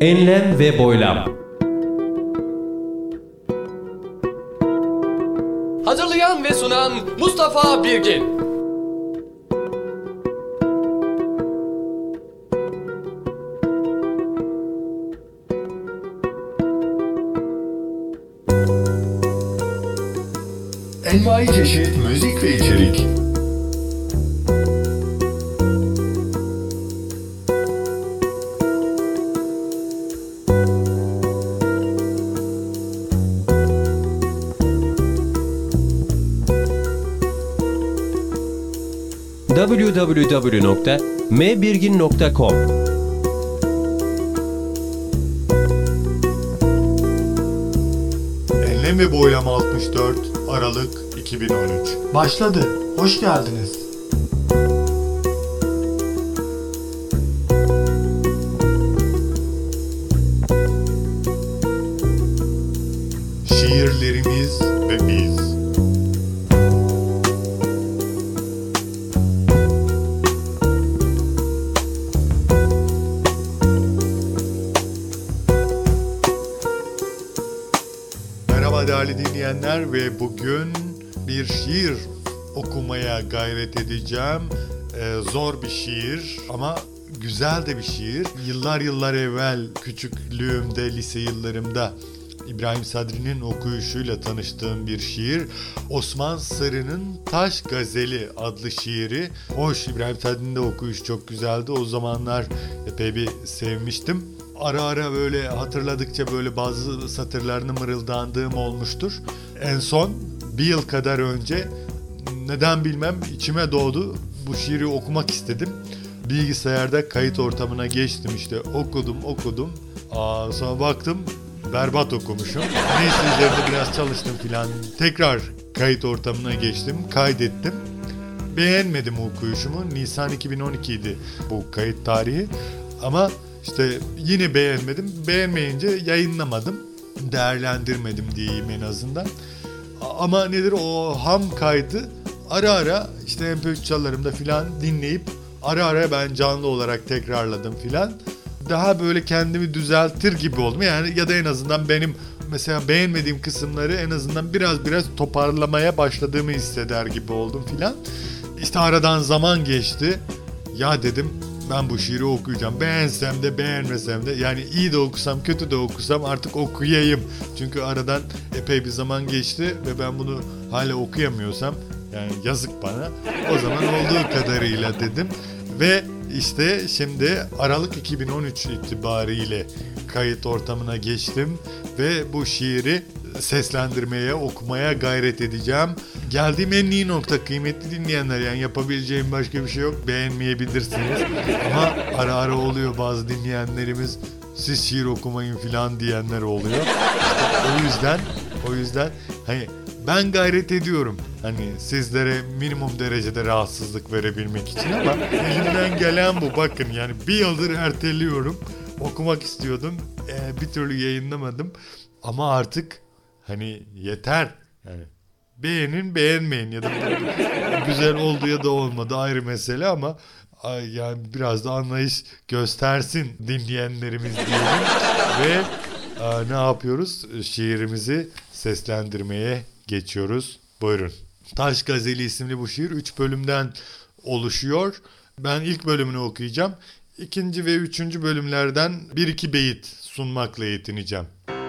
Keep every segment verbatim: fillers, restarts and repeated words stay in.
Enlem ve boylam. Hazırlayan ve sunan Mustafa Birgin. Envai çeşit müzik ve içerik. double-u double-u double-u nokta m birgin nokta com Enlem ve Boylam altmış dört Aralık iki bin on üç. Başladı. Hoş geldiniz. Şiirlerimiz ve biz. Merhaba değerli dinleyenler ve bugün bir şiir okumaya gayret edeceğim. Ee, zor bir şiir ama güzel de bir şiir. Yıllar yıllar evvel küçüklüğümde, lise yıllarımda İbrahim Sadri'nin okuyuşuyla tanıştığım bir şiir. Osman Sarı'nın Taş Gazeli adlı şiiri. Hoş, İbrahim Sadri'nin de okuyuşu çok güzeldi. O zamanlar epey bir sevmiştim. Ara ara böyle hatırladıkça böyle bazı satırlarını mırıldandığım olmuştur. En son bir yıl kadar önce neden bilmem içime doğdu. Bu şiiri okumak istedim. Bilgisayarda kayıt ortamına geçtim, işte okudum okudum. Aa, sonra baktım berbat okumuşum. Neyse üzerinde biraz çalıştım filan. Tekrar kayıt ortamına geçtim, kaydettim. Beğenmedim okuyuşumu. Nisan iki bin on iki idi bu kayıt tarihi. Ama işte yine beğenmedim. Beğenmeyince yayınlamadım. Değerlendirmedim diyeyim en azından. Ama nedir, o ham kaydı ara ara işte M P üç çalarımda filan dinleyip ara ara ben canlı olarak tekrarladım filan. Daha böyle kendimi düzeltir gibi oldum. Yani ya da en azından benim mesela beğenmediğim kısımları en azından biraz biraz toparlamaya başladığımı hisseder gibi oldum filan. İşte aradan zaman geçti. Ya dedim, ben bu şiiri okuyacağım. Beğensem de beğenmesem de, yani iyi de okusam kötü de okusam artık okuyayım. Çünkü aradan epey bir zaman geçti ve ben bunu hala okuyamıyorsam yani yazık bana. O zaman olduğu kadarıyla dedim ve işte şimdi Aralık iki bin on üç itibariyle kayıt ortamına geçtim ve bu şiiri seslendirmeye, okumaya gayret edeceğim. Geldiğim en iyi nokta kıymetli dinleyenler, yani yapabileceğim başka bir şey yok. Beğenmeyebilirsiniz ama ara ara oluyor bazı dinleyenlerimiz, siz şiir okumayın filan diyenler oluyor. İşte o yüzden o yüzden hani ben gayret ediyorum hani sizlere minimum derecede rahatsızlık verebilmek için, ama elimden gelen bu. Bakın yani bir yıldır erteliyorum. Okumak istiyordum. Ee, bir türlü yayınlamadım. Ama artık hani yeter. Yani beğenin beğenmeyin ya da güzel oldu ya da olmadı ayrı mesele, ama yani biraz da anlayış göstersin dinleyenlerimiz diyelim. Ve a, ne yapıyoruz? Şiirimizi seslendirmeye geçiyoruz. Buyurun. Taş Gazeli isimli bu şiir üç bölümden oluşuyor. Ben ilk bölümünü okuyacağım. İkinci ve üçüncü bölümlerden bir iki beyit sunmakla yetineceğim.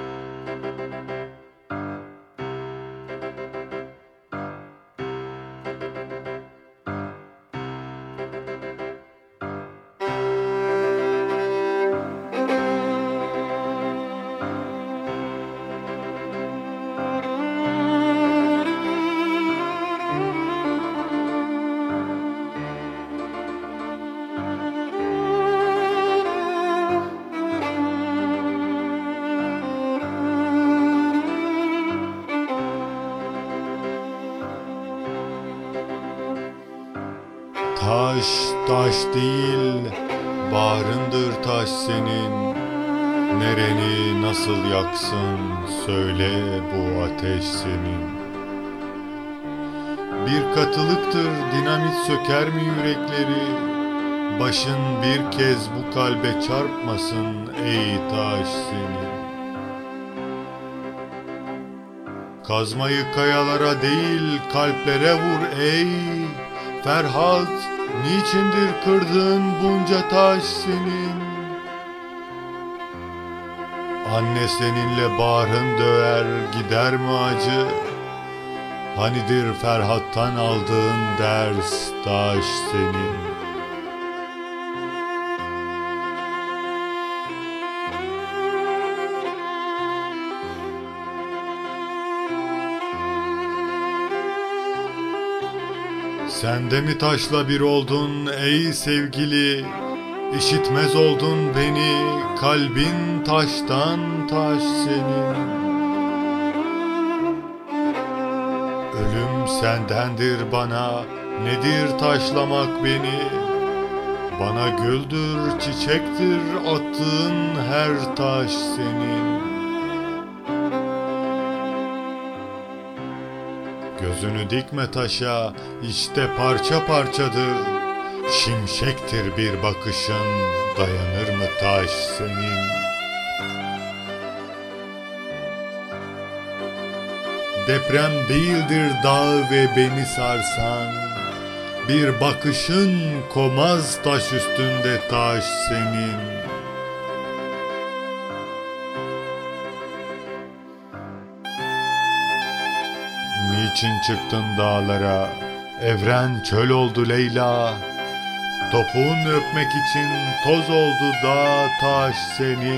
Taş taş değil, bağrındır taş senin. Nereni nasıl yaksın, söyle bu ateş senin. Bir katılıktır dinamit söker mi yürekleri? Başın bir kez bu kalbe çarpmasın ey taş senin. Kazmayı kayalara değil kalplere vur ey Ferhat, niçindir kırdın bunca taş senin? Anne seninle bağrın döver gider mi acı? Hanidir Ferhat'tan aldığın ders taş senin? Sen de mi taşla bir oldun ey sevgili? İşitmez oldun beni, kalbin taştan taş senin. Ölüm sendendir bana, nedir taşlamak beni? Bana güldür, çiçektir attığın her taş senin. Gözünü dikme taşa, işte parça parçadır. Şimşektir bir bakışın, dayanır mı taş senin? Deprem değildir dağ ve beni sarsan, bir bakışın komaz taş üstünde taş senin. Niçin çıktın dağlara, evren çöl oldu Leyla? Topuğun öpmek için toz oldu dağ taş senin.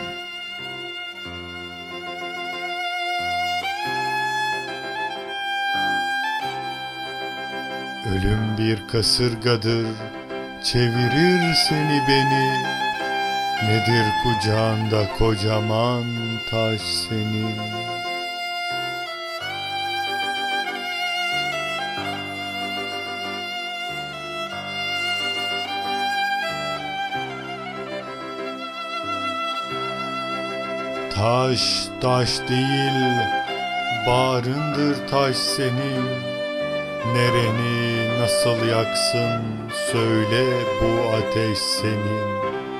Ölüm bir kasırgadır, çevirir seni beni. Nedir kucağında kocaman taş senin? Taş, taş değil, bağrındır taş senin. Nereni nasıl yaksın, söyle bu ateş senin.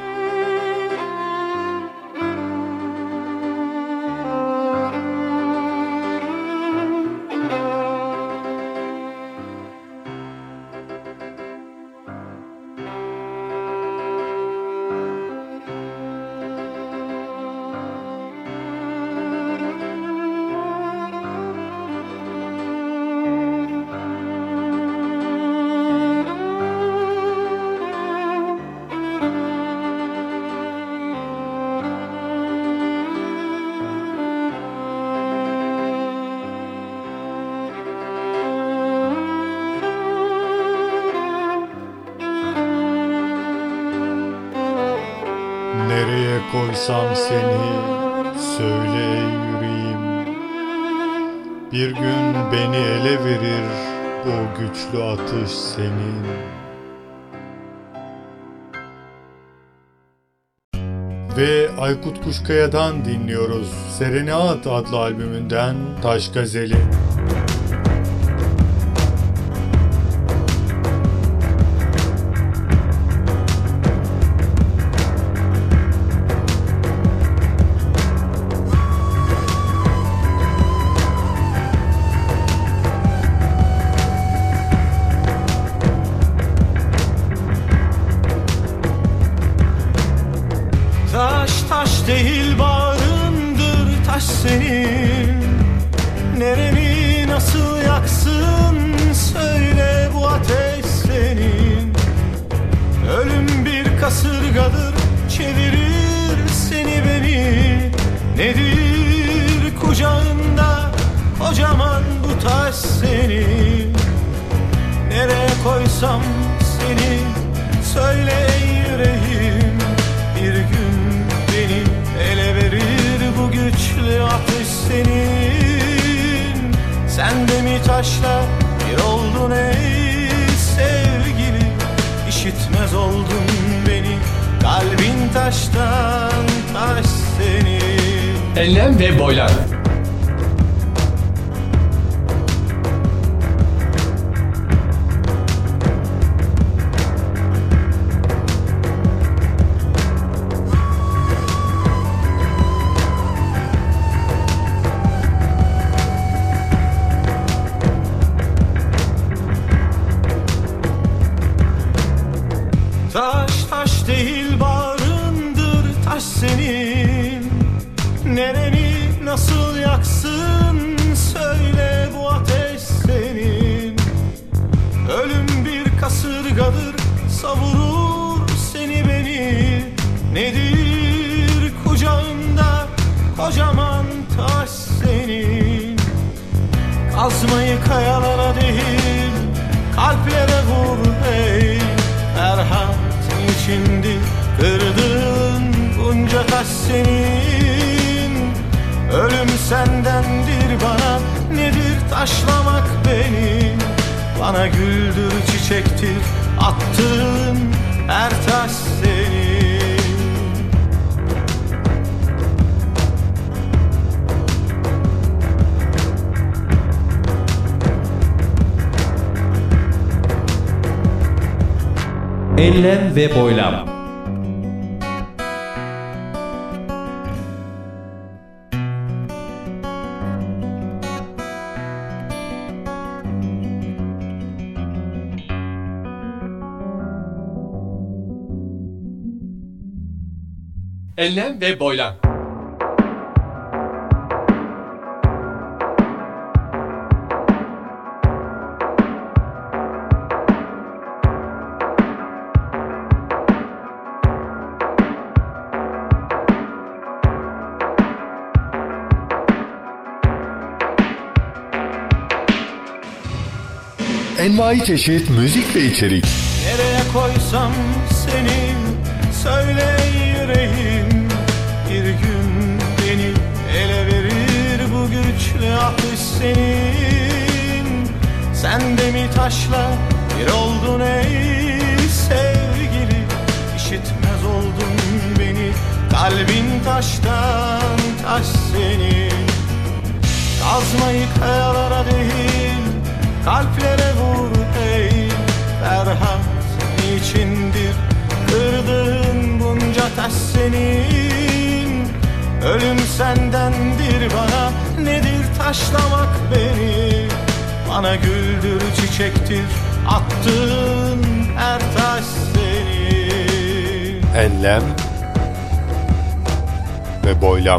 Nereye koysam seni, söyle yüreğim. Bir gün beni ele verir o güçlü atış senin. Ve Aykut Kuşkaya'dan dinliyoruz. Serenat adlı albümünden Taş Gazeli. Taş değil bağrındır taş senin. Nereni nasıl yaksın, söyle bu ateş senin. Ölüm bir kasırgadır, çevirir seni beni. Nedir kucağında kocaman bu taş senin. Nereye koysam seni, söyle yüreğim. Bir gün beni ele verir bu güçlü ateş senin. Sen de mi taşla bir oldun ey sevgili? İşitmez oldun beni, kalbin taştan taş senin. Enlem ve boylar. senin. Nereni nasıl yaksın söyle, bu ateş senin. Ölüm bir kasırgadır, savurur seni beni. Nedir kucağında kocaman taş senin. Kazmayı kayalara değil, kalplere vur hey. Ferhat içindi kırdığın bunca taş senin. Ölüm sendendir bana, nedir taşlamak beni. Bana güldür çiçektir attığın her taş senin. Enlem ve boylam. Enlem ve boylam. Envai çeşit müzik ve içerik. Nereye koysam seni söyle yüreğim. Bir gün beni ele verir bu güçlü atış senin. Sen de mi taşla bir oldun ey sevgili. İşitmez oldun beni, kalbin taştan taş senin. Kazmayı kayalara değil, kalplere vur ey Ferhat niçindir kırdığın bunca taş senin. Ölüm sendendir bana, nedir taşlamak beni. Bana güldür çiçektir attığın her taş senin. Enlem ve boylam.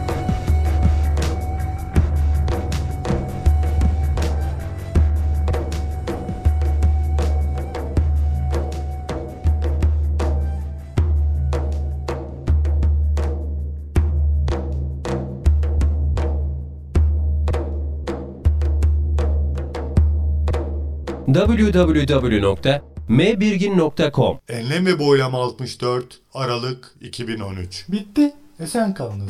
double-u double-u double-u nokta m birgin nokta com. Enlem ve boylam altmış dört Aralık iki bin on üç. Bitti. Esen kalınız.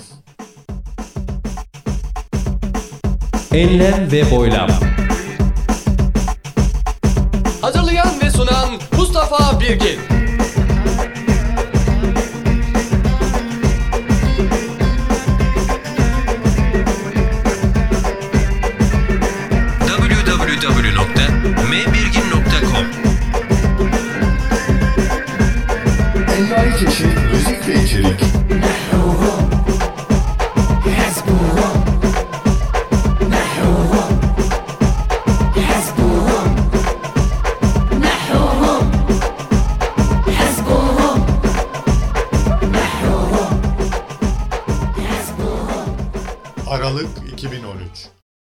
Enlem ve boylam. Hazırlayan ve sunan Mustafa Birgin. double-u double-u double-u nokta m birgin nokta com. Envai çeşit müzik ve içerik. Aralık iki bin on üç.